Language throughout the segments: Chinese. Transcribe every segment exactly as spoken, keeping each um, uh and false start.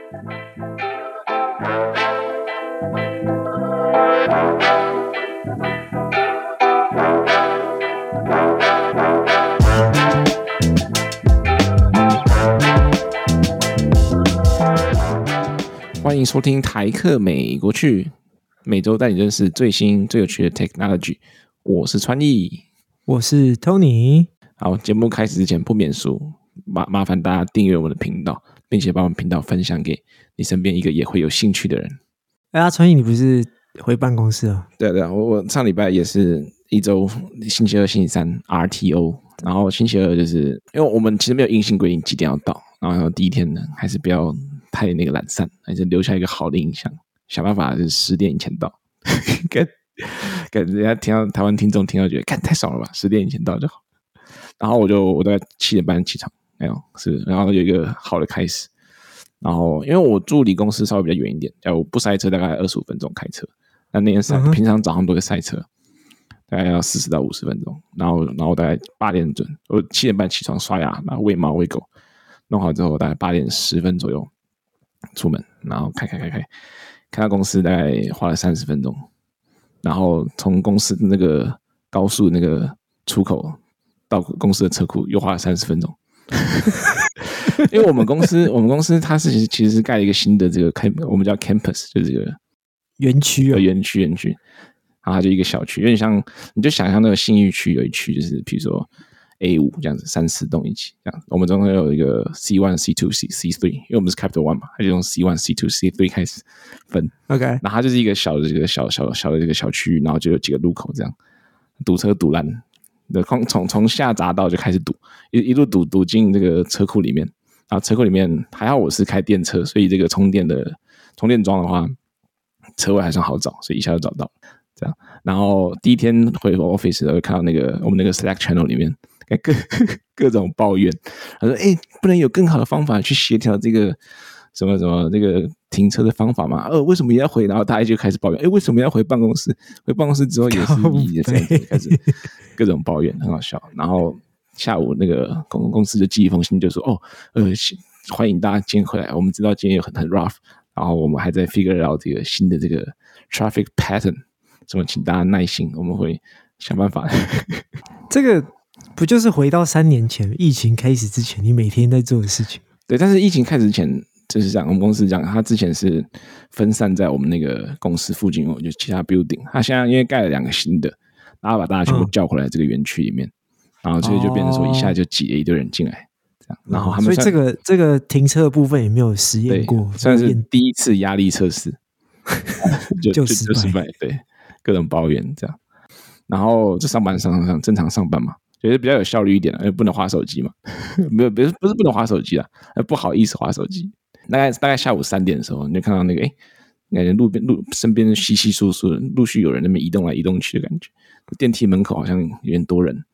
欢迎收听台客美国去，每周带你认识最新最有趣的 technology。我是川艺， 我是 Tony。 好，节目开始之前不免俗，麻麻烦大家订阅我们的频道，并且把我们频道分享给你身边一个也会有兴趣的人。 哎呀，川艺，你不是回办公室啊？ 对对，我我上礼拜也是一周星期二、星期三 R T O， 然后星期二就是因为我们其实没有硬性规定几点要到，然后第一天呢还是不要太那个懒散，还是留下一个好的印象，想办法就是十点以前到。感觉人家听到台湾听众听到觉得干太少了吧，十点以前到就好。然后我就我大概七点半起床，没有是，然后有一个好的开始。然后因为我住离公司稍微比较远一点，假如不塞车大概二十五分钟开车，那那天塞、嗯、平常早上都会塞车，大概要四十到五十分钟。然后然后大概八点准，我七点半起床刷牙，然后喂猫喂狗，弄好之后大概八点十分左右出门，然后开开开开开到公司大概花了三十分钟。然后从公司那个高速那个出口到公司的车库又花了三十分钟。因为我们公司我们公司它是其实其实是盖了一个新的这个我们叫 campus， 就是这个园区啊， 园区园区，然后它就一个小区，有点像你就想象那个信义区有一区就是比如说 A 五 这样子，三四栋一起这样。我们中间有一个 C 一 C 二 C 三， 因为我们是 Capital One 嘛，它就从 C 一 C 二 C 三 开始分。 OK， 然后它就是一个小的这个小小小的这个小区域，然后就有几个路口这样，堵车堵烂，从从下匝道就开始堵，一一路堵堵进这个车库里面。然后车库里面还好我是开电车，所以这个充电的充电桩的话，车位还算好找，所以一下就找到了。这样，然后第一天回 office 的时候看到那个我们那个 Slack channel 里面各各种抱怨，他说：“哎、欸，不能有更好的方法去协调这个什么什么这个停车的方法吗？呃，为什么也要回？”然后大家就开始抱怨：“哎、欸，为什么要回办公室？回办公室之后也是你这样子，开始各种抱怨，很好笑。”然后下午那个公公司就寄一封信，就说：“哦，呃，欢迎大家今天回来，我们知道今天有很很 rough， 然后我们还在 figure out 这个新的这个 traffic pattern。”什么，请大家耐心，我们会想办法。 这个不就是回到三年前疫情开始之前，你每天在做的事情？ 对，但是疫情开始之前，就是这样，我们公司这样，它之前是分散在我们那个公司附近，就其他 building。它现在因为盖了两个新的，然后把大家全部叫回来这个园区里面，嗯、然后所以就变成说一下就挤了一堆人进来，这样。然后他们、 嗯、所以这个这个停车的部分也没有实验过， 算是第一次压力测试，就就失败，对。各种抱怨这样，然后就上班上上正常上班嘛，觉得比较有效率一点，因为不能滑手机嘛，没有不是不是不能滑手机啦，不好意思滑手机。大概大概下午三点的时候，你就看到那个哎，感觉路边路身边稀稀疏疏的，陆续有人在那边移动来移动去的感觉，电梯门口好像有点多人，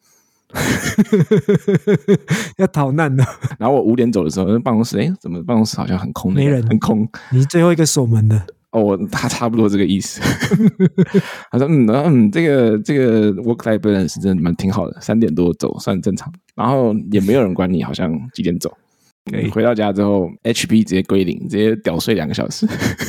要逃难了。 然后我五点走的时候，办公室哎，怎么办公室好像很空， 没人， 很空， 你是最后一个锁门的。 哦，他差不多这个意思。他说：“嗯嗯，这个这个 work-life balance 真的蛮挺好的，三点多走算正常。然后也没有人管你，好像几点走。Okay. 回到家之后 ，H P 直接归零，直接屌睡两个小时，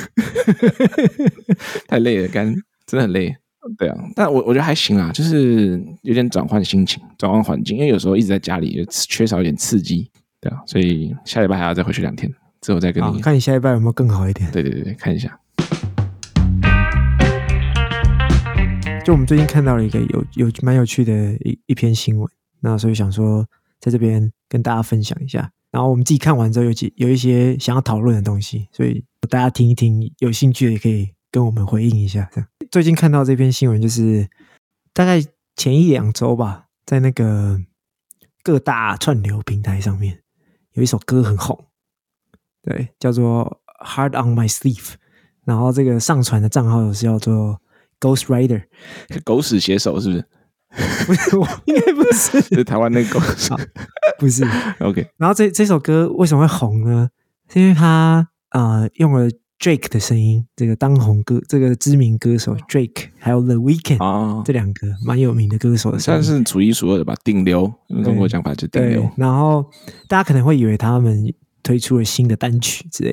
太累了，干真的很累。对啊，但我我觉得还行啊，就是有点转换心情，转换环境，因为有时候一直在家里，缺少一点刺激，对啊，所以下礼拜还要再回去两天，之后再跟你看你下礼拜有没有更好一点。 对对对，看一下。” 就我们最近看到了一个有有蛮有趣的 一, 一篇新闻，那所以想说在这边跟大家分享一下。然后我们自己看完之后有几有一些想要讨论的东西，所以大家听一听，有兴趣的也可以跟我们回应一下。这样最近看到这篇新闻，就是大概前一两周吧，在那个各大串流平台上面有一首歌很红，对，叫做 Heart on My Sleeve， 然后这个上传的账号是叫做Ghost Rider， 狗屎写手是不是？ 不是，我应该不是， 是台湾那个狗屎， 不是。 OK， 然后这这首歌为什么会红呢？是因为他呃用了 Drake 的声音，这个当红歌，这个知名歌手 Drake， 还有 The Weeknd、哦、这两个蛮有名的歌手的声音， 算是数一数二的吧，顶流。用中国讲法就顶流。 然后大家可能会以为他们推出了新的单曲之类的。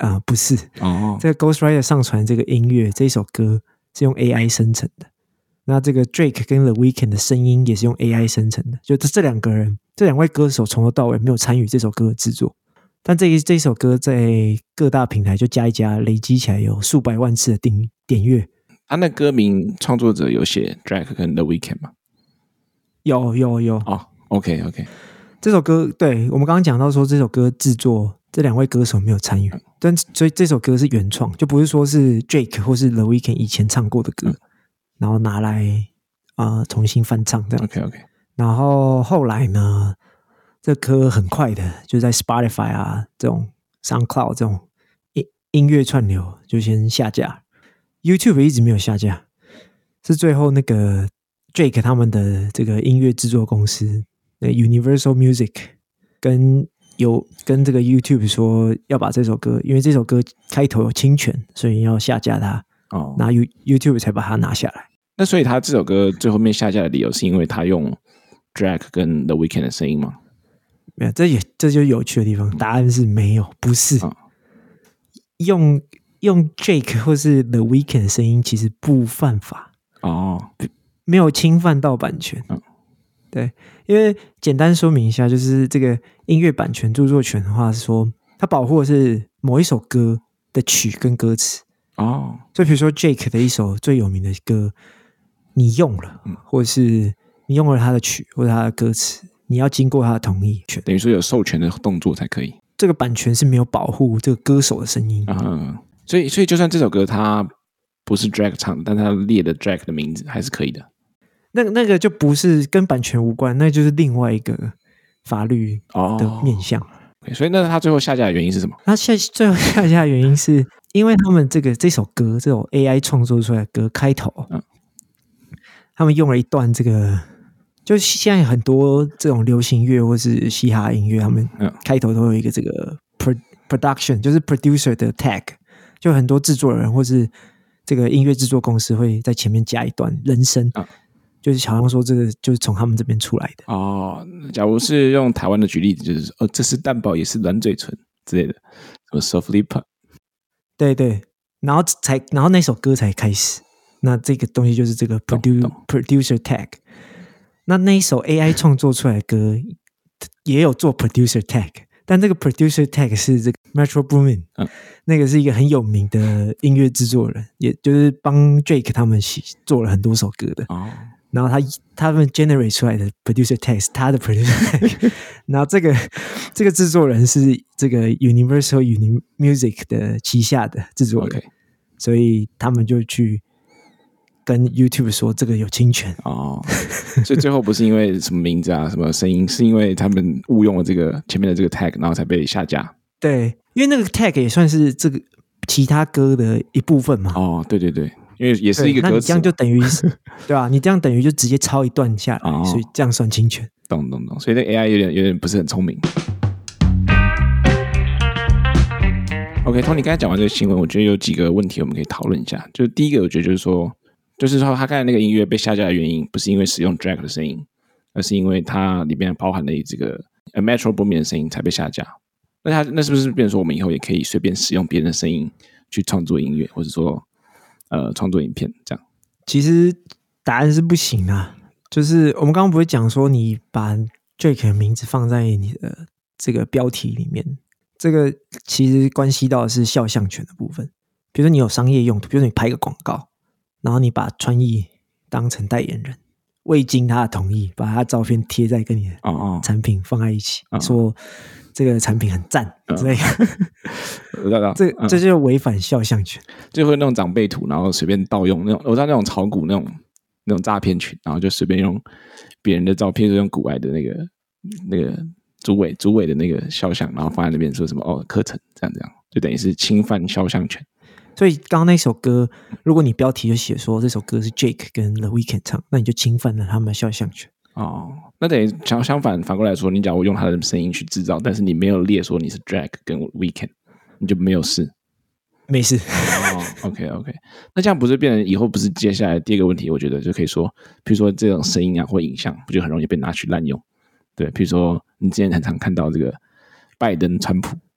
啊、呃，不是哦， 这个 Ghostwriter 上传这个音乐这一首歌是用 A I 生成的。那这个 Drake 跟 The Weeknd 的声音也是用 A I 生成的，就这两个人，这两位歌手从头到尾没有参与这首歌的制作，但这一这一首歌在各大平台就加一加，累积起来有数百万次的点点阅。 他、啊、那歌名创作者有写 Drake 跟 The Weeknd 吗？ 有有有哦 ，OK OK， 这首歌对我们刚刚讲到说这首歌制作这两位歌手没有参与，嗯、但所以这首歌是原创，就不是说是 Drake 或是 The Weeknd 以前唱过的歌。嗯，然后拿来啊、呃、重新翻唱这样。 OK OK。 然后后来呢，这歌很快的就在 Spotify 啊这种 SoundCloud 这种音音乐串流就先下架 ，YouTube 一直没有下架，是最后那个 Drake 他们的这个音乐制作公司 Universal Music 跟有跟这个 YouTube 说要把这首歌，因为这首歌开头有侵权，所以要下架它。哦，那 YouTube 才把它拿下来。 那所以他这首歌最后面下架的理由是因为他用 Drake 跟 The Weeknd 的声音吗？ 没有，这也这就是有趣的地方。答案是没有，不是。哦、用用 Drake 或是 The Weeknd 的声音其实不犯法哦，没有侵犯到版权。嗯、对，因为简单说明一下，就是这个音乐版权著作权的话，是说它保护的是某一首歌的曲跟歌词。哦，所以比如说 Drake 的一首最有名的歌，你用了，嗯、或者是你用了他的曲或者他的歌词，你要经过他的同意权， 等于说有授权的动作才可以。 这个版权是没有保护这个歌手的声音， 嗯，所以所以就算这首歌它不是 Drake 唱的，但他列的 Drake 的名字还是可以的。 那那个就不是跟版权无关，那就是另外一个法律的面向。哦 ，所以那他最后下架的原因是什么？ 他下最后下架的原因是因为他们这个这首歌这种 A I 创作出来的歌开头，嗯、他们用了一段这个，就现在很多这种流行乐或是嘻哈音乐，他们开头都有一个这个 production， 就是 producer 的 tag， 就很多制作人或是这个音乐制作公司会在前面加一段人声。嗯，就是好像说这个就是从他们这边出来的哦。假如是用台湾的举例子，就是哦，这是蛋堡也是软嘴唇之类的，什么 soft lip， 对对，然后才然后那首歌才开始，那这个东西就是这个 produ producer tag。那那一首 A I 创作出来的歌也有做 producer tag， 但这个 producer tag 是这个 Metro Boomin，嗯、那个是一个很有名的音乐制作人，也就是帮 Drake 他们做了很多首歌的。哦，然后他他们 generate 出来的 producer tag 是他的 producer tag， 然后这个这个制作人是这个 Universal Music 的旗下的制作人， okay. 所以他们就去跟 YouTube 说这个有侵权哦，所以最后不是因为什么名字啊什么声音，是因为他们误用了这个前面的这个 tag， 然后才被下架。 对，因为那个 tag 也算是这个其他歌的一部分嘛。 哦，对对对。因为也是一个歌词， 那你这样就等于对吧、啊？你这样等于就直接抄一段下来，哦、所以这样算侵权。 懂懂懂，所以那 A I 有点有点不是很聪明。OK，Tony 刚才讲完这个新闻，我觉得有几个问题我们可以讨论一下。就是第一个，我觉得就是说，就是说他刚才那个音乐被下架的原因，不是因为使用 Drake 的声音，而是因为它里面包含了这个 Metro Boomin 的声音才被下架。那他那是不是变成说我们以后也可以随便使用别人的声音去创作音乐，或者说？呃，创作影片这样， 其实答案是不行啊。就是我们刚刚不会讲说，你把 Drake 的名字放在你的这个标题里面，这个其实关系到的是肖像权的部分。比如说你有商业用途，比如说你拍一个广告，然后你把川艺当成代言人，未经他的同意，把他的照片贴在跟你的产品放在一起，哦哦说这个产品很赞之类的， 我知道， 这这就是违反肖像权， 就会那种长辈图，然后随便盗用那种，我知道那种炒股那种那种诈骗群，然后就随便用别人的照片，就用古埃的那个那个主委主委的那个肖像，然后放在那边说什么哦课程这样这样，就等于是侵犯肖像权。 所以刚刚那首歌，如果你标题就写说这首歌是 Drake 跟 The Weeknd 唱，那你就侵犯了他们的肖像权。 哦，那等于相相反反过来说，你假如用他的声音去制造，但是你没有列说你是 Drake 跟 Weeknd， 你就没有事， 没事。 哦 ，OK OK， 那这样不是变成以后不是接下来第二个问题？我觉得就可以说，比如说这种声音啊或影像，不就很容易被拿去滥用？对，比如说你之前很常看到这个拜登、川普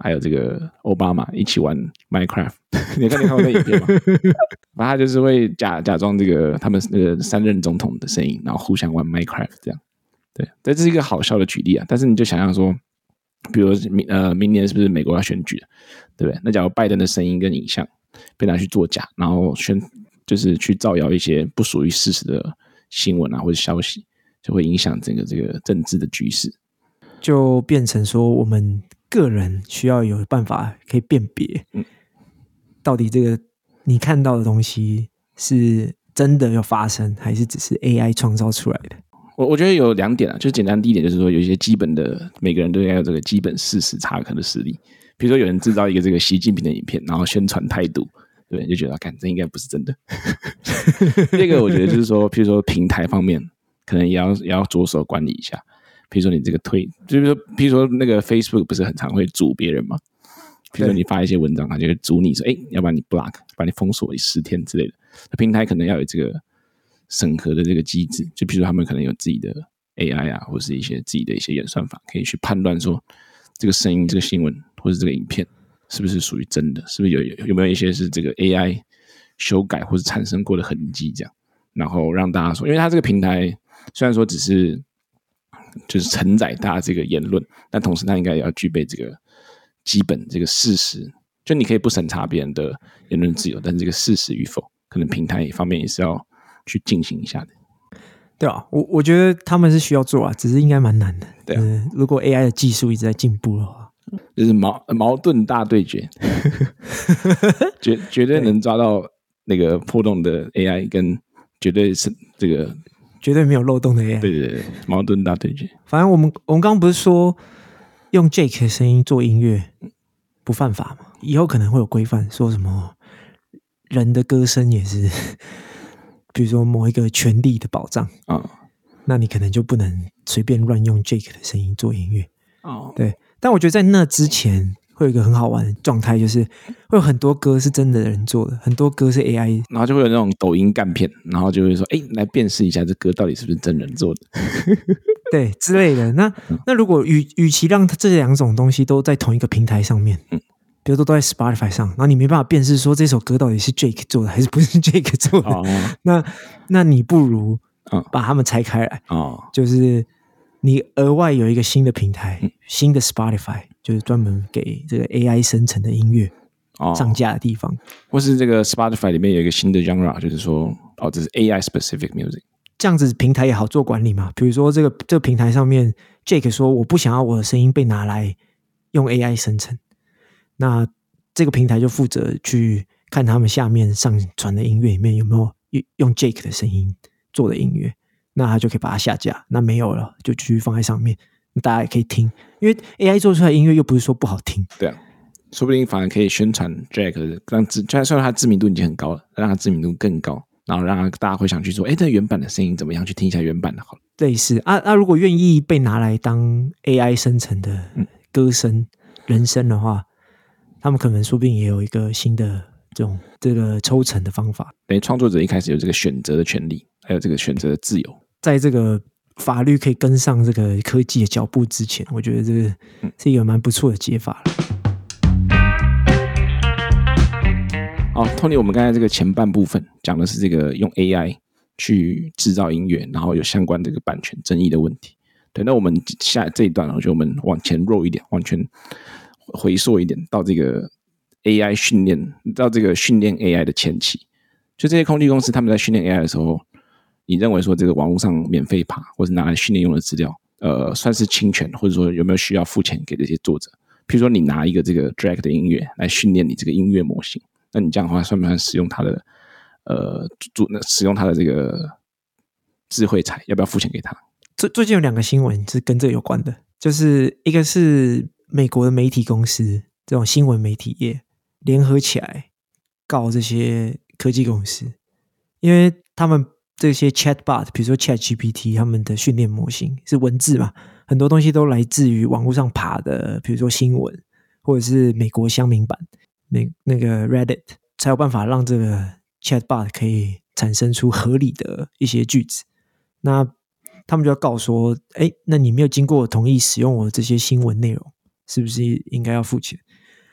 还有这个奥巴马一起玩 Minecraft， 你看你看过那影片吗？然后他就是会假假装这个他们那个三任总统的声音，然后互相玩 Minecraft 这样。对，这是一个好笑的举例啊。但是你就想象说，比如明呃明年是不是美国要选举了，对不对？那假如拜登的声音跟影像被拿去作假，然后宣就是去造谣一些不属于事实的新闻啊或者消息，就会影响整个这个政治的局势， 就变成说我们个人需要有办法可以辨别，嗯，到底这个你看到的东西是真的要发生，还是只是 A I 创造出来的？ 我我觉得有两点啊，就是简单第一点就是说，有一些基本的每个人都应该有这个基本事实查核的实力。比如说有人制造一个这个习近平的影片，然后宣传态度，对，就觉得看这应该不是真的。第二个我觉得就是说，譬如说平台方面，可能也要也要着手管理一下。比如说你这个推，就是说，譬如说那个 Facebook 不是很常会阻别人吗？比如说你发一些文章，他就会阻你说，哎，要不然你 block， 把你封锁十天之类的。平台可能要有这个审核的这个机制，就比如说他们可能有自己的 A I 啊，或是一些自己的一些演算法，可以去判断说这个声音、这个新闻或是这个影片是不是属于真的，是不是有有没有一些是这个 A I 修改或是产生过的痕迹这样，然后让大家说，因为它这个平台虽然说只是就是承载大家这个言论，但同时它应该也要具备这个基本这个事实，就你可以不审查别人的言论自由，但是这个事实与否，可能平台方面也是要去进行一下的。 对啊，我我觉得他们是需要做啊，只是应该蛮难的。 对啊， 嗯，如果 A I 的技术一直在进步的话， 就是矛矛盾大对决，绝绝对能抓到那个破洞的 A I， 跟绝对是这个绝对没有漏洞的 A I。 对对对，矛盾大对决。 反正我们我们刚刚不是说用 Jake 的声音做音乐不犯法吗？以后可能会有规范，说什么人的歌声也是。比如说某一个权利的保障啊、哦，那你可能就不能随便乱用 Jake 的声音做音乐哦。对，但我觉得在那之前会有一个很好玩的状态，就是会有很多歌是真的人做的，很多歌是 A I， 然后就会有那种抖音干片，然后就会说，哎，来辨识一下这歌到底是不是真人做的， 对之类的。那那如果与与其让这两种东西都在同一个平台上面，嗯。比如说都在 Spotify 上，然后你没办法辨识说这首歌到底是 Jake 做的还是不是 Jake 做的，哦、那那你不如把它们拆开来，哦、就是你额外有一个新的平台，嗯、新的 Spotify， 就是专门给这个 A I 生成的音乐上架的地方， 或是这个 Spotify 里面有一个新的 genre， 就是说哦，这是 A I specific music， 这样子平台也好做管理嘛。比如说这个这个平台上面 Jake 说我不想要我的声音被拿来用 A I 生成。那这个平台就负责去看他们下面上传的音乐里面有没有用 Jake 的声音做的音乐，那他就可以把它下架。那没有了，就继续放在上面，大家也可以听。因为 A I 做出来的音乐又不是说不好听， 对啊，说不定反而可以宣传 Jake， 让虽然他知名度已经很高了，让他知名度更高，然后让大家会想去说，哎，这原版的声音怎么样？去听一下原版的好了。 类似啊啊，如果愿意被拿来当 A I 生成的歌声、嗯、人声的话。他们可能说不定也有一个新的这种这个抽成的方法， 等于创作者一开始有这个选择的权利，还有这个选择的自由，在这个法律可以跟上这个科技的脚步之前，我觉得这个是一个蛮不错的解法了。 好 ，Tony， 我们刚才这个前半部分讲的是这个用 A I 去制造音乐，然后有相关这个版权争议的问题。对，那我们下这一段，我觉得我们往前 roll 一点，往前。回溯一点到这个 A I 训练，到这个训练 A I 的前期，就这些空气公司他们在训练 A I 的时候，你认为说这个网络上免费爬或者拿来训练用的资料，呃，算是侵权，或者说有没有需要付钱给这些作者？譬如说你拿一个这个 drag 的音乐来训练你这个音乐模型，那你这样的话算不算使用它的呃使用它的这个智慧财？要不要付钱给他？ 最最近有两个新闻是跟这个有关的，就是一个是。美国的媒体公司这种新闻媒体业联合起来告这些科技公司，因为他们这些 chatbot， 比如说 ChatGPT， 他们的训练模型是文字嘛，很多东西都来自于网络上爬的，比如说新闻或者是美国乡民版美那个 Reddit， 才有办法让这个 chatbot 可以产生出合理的一些句子。那他们就要告说，哎，那你没有经过我同意使用我这些新闻内容，是不是应该要付钱？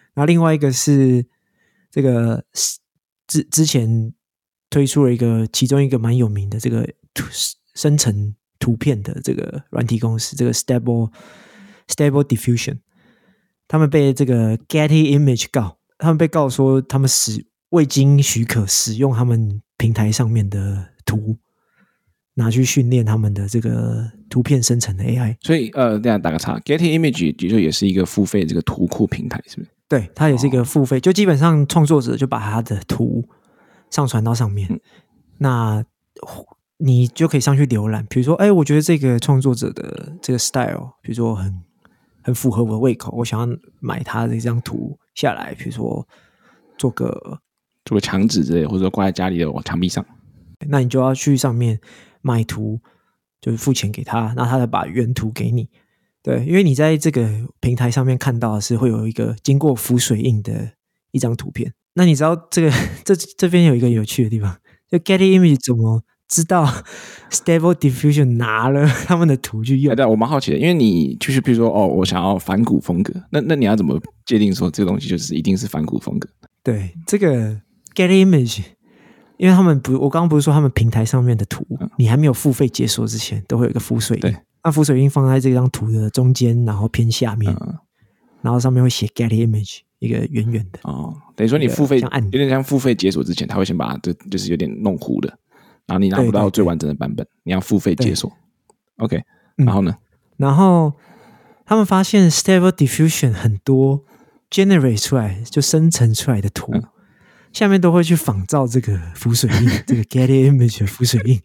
然后另外一个是这个之之前推出了一个其中一个蛮有名的这个生成图片的这个软体公司，这个 Stable Stable Diffusion， 他们被这个 Getty Image 告，他们被告说他们使未经许可使用他们平台上面的图，拿去训练他们的这个图片生成的 A I。 所以呃，这样打个岔 ，Getty Image 的确也是一个付费这个图库平台，是不是？ 对，它也是一个付费，哦、就基本上创作者就把他的图上传到上面，嗯、那你就可以上去浏览。比如说，哎，我觉得这个创作者的这个 style， 比如说很很符合我的胃口，我想要买他的这张图下来，比如说做个做个墙纸之类的，或者说挂在家里的墙壁上。 那你就要去上面买图，就是付钱给他，那他再把原图给你。对，因为你在这个平台上面看到的是会有一个经过浮水印的一张图片。那你知道这个这这边有一个有趣的地方，就 Getty Image 怎么知道 Stable Diffusion 拿了他们的图去用？ 对，我蛮好奇的，因为你就是比如说哦，我想要反骨风格，那那你要怎么界定说这个东西就是一定是反骨风格？ 对，这个 Getty Image。因为他们不，我刚刚不是说他们平台上面的图，嗯、你还没有付费解锁之前，都会有一个浮水印。那浮水印放在这张图的中间，然后偏下面，嗯、然后上面会写 Getty Image， 一个圆圆的。 哦，等于说你付费有点像付费解锁之前，他会先把它就就是有点弄糊的，然后你拿不到最完整的版本，你要付费解锁。OK， 然后呢、嗯？ 然后他们发现 Stable Diffusion 很多 generate 出来就生成出来的图。嗯，下面都会去仿照这个浮水印，这个 Getty Image 的浮水印。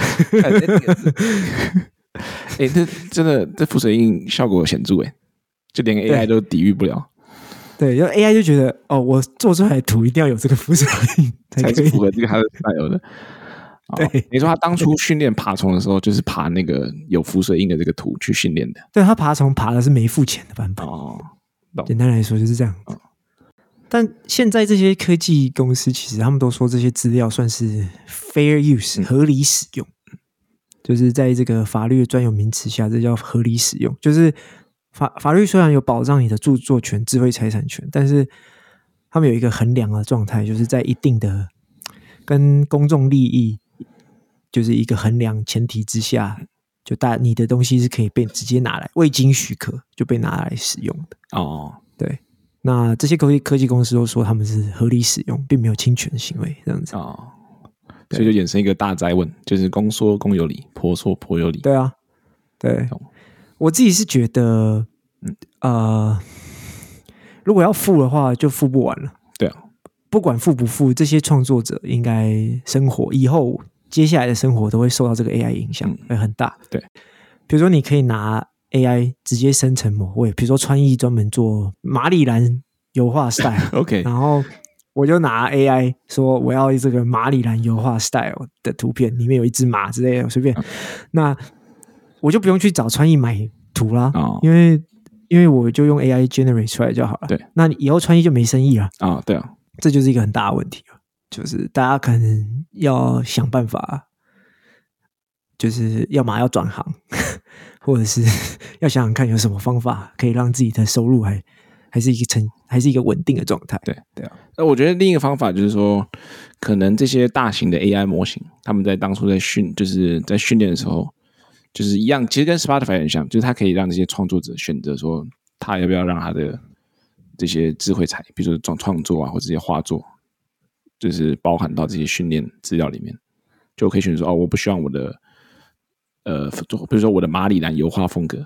哎、欸，这真的这浮水印效果显著哎，就连 A I 都抵御不了。 对，因为 A I 就觉得哦，我做出来的图一定要有这个浮水印才是符合这个它的 style 的。对，你说他当初训练爬虫的时候，就是爬那个有浮水印的这个图去训练的。 对，他爬虫爬的是没付钱的版本。哦，简单来说就是这样。哦，但现在这些科技公司其实他们都说这些资料算是 fair use， 合理使用，就是在这个法律的专有名词下，这叫合理使用。就是法法律虽然有保障你的著作权、智慧财产权，但是他们有一个衡量的状态，就是在一定的跟公众利益就是一个衡量前提之下，就大你的东西是可以被直接拿来未经许可就被拿来使用的。 哦， 对。那这些科技科技公司都说他们是合理使用，并没有侵权行为，这样子哦，所以就衍生一个大哉问，就是公说公有理，婆说婆有理。 对啊，对，我自己是觉得，嗯呃，如果要付的话，就付不完了。 对啊， 不管付不付，这些创作者应该生活以后接下来的生活都会受到这个 A I 影响，会很大。 对， 比如说你可以拿A I 直接生成某位，比如说川艺专门做马里兰油画 style， OK， 然后我就拿 A I 说我要这个马里兰油画 style 的图片，里面有一只马之类的，随便，嗯、那我就不用去找川艺买图啦，哦、因为因为我就用 A I generate 出来就好了。 对， 那以后川艺就没生意了啊、哦，对啊， 这就是一个很大的问题了，就是大家可能要想办法。就是要么要转行，或者是要想想看有什么方法可以让自己的收入还还是一个成还是一个稳定的状态。 对对啊，那我觉得另一个方法就是说，可能这些大型的 A I 模型，他们在当初在训就是在训练的时候，就是一样，其实跟 Spotify 很像，就是它可以让这些创作者选择说，他要不要让他的这些智慧财，比如说创作啊，或者这些画作，就是包含到这些训练资料里面，就可以选择说，哦，我不希望我的。呃，比如说我的马里兰油画风格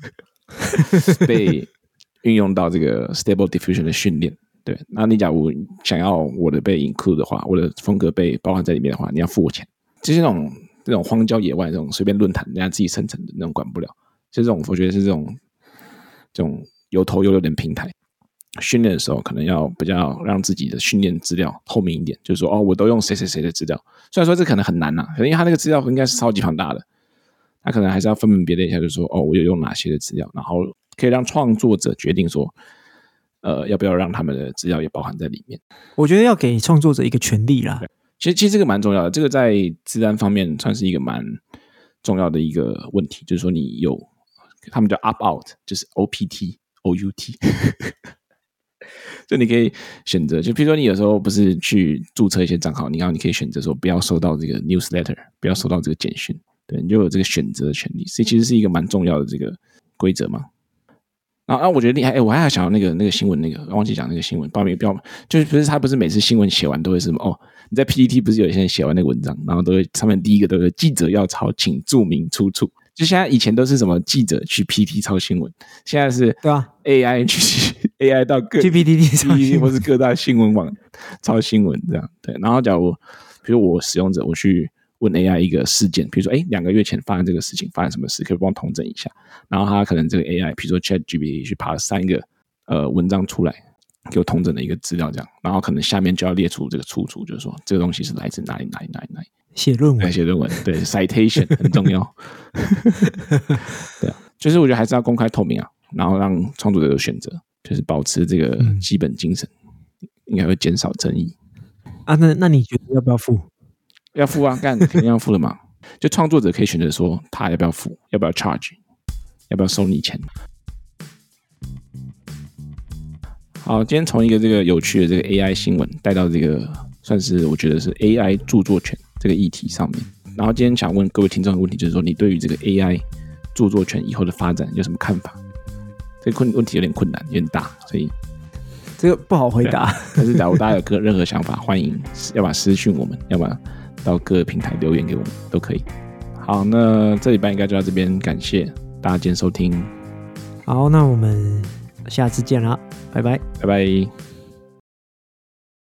被运用到这个 Stable Diffusion 的训练，对，那你假如想要我的被 include 的话，我的风格被包含在里面的话，你要付我钱。就是那种这种荒郊野外这种随便论坛，人家自己生成的那种管不了。就这种，我觉得是这种这种有头有脸的平台。训练的时候可能要比较让自己的训练资料透明一点，就是说哦，我都用谁谁谁的资料。虽然说这可能很难啊，可能因为他那个资料应该是超级庞大的。他可能还是要分门别类一下，就是说，哦，我有用哪些的资料，然后可以让创作者决定说，呃，要不要让他们的资料也包含在里面。 我觉得要给创作者一个权利啦。 其实，其实这个蛮重要的，这个在资安方面算是一个蛮重要的一个问题，就是说你有，他们叫 opt out， 就是 O P T O U T， 就你可以选择，就比如说你有时候不是去注册一些账号，你然后你可以选择说不要收到这个 newsletter， 不要收到这个简讯，对，你就有这个选择的权利，所以其实是一个蛮重要的这个规则嘛。然后啊，我觉得厉害，哎，我还想要那个那个新闻，那个忘记讲那个新闻，报名标就是不是他不是每次新闻写完都会什么哦？你在 P T T 不是有些人写完那个文章，然后都会上面第一个都有记者要抄，请注明出处。就现在以前都是什么记者去 P T 抄新闻，现在是对啊 A I 去 A I 到各去 P T T 抄新闻或是各大新闻网抄新闻这样。对，然后假如比如我使用者我去问 A I 一个事件，比如说哎两个月前发生这个事情，发生什么事，可以帮我统整一下。然后他可能这个 A I， 比如说 ChatGPT 去爬了三个呃文章出来，给我统整的一个资料这样，然后可能下面就要列出这个出处，就是说这个东西是来自哪里哪里哪里哪里。 写论文， 写论文，对 ，citation 很重要。对啊，就是我觉得还是要公开透明啊，然后让创作者有选择，就是保持这个基本精神，嗯、应该会减少争议啊。那那你觉得要不要付？ 要付啊，干肯定要付的嘛。就创作者可以选择说他要不要付，要不要 charge， 要不要收你钱。好，今天从一个这个有趣的这个 A I 新闻带到这个算是我觉得是 A I 著作权这个议题上面，然后今天想问各位听众的问题就是说，你对于这个 A I 著作权以后的发展有什么看法？这个问题有点困难，有点大，所以这个不好回答。 但是假如大家有个任何想法，欢迎要把私讯我们，要把到各个平台留言给我们都可以。好，那这礼拜应该就到这边，感谢大家今天收听。 好，那我们下次见啦，拜拜， 拜拜。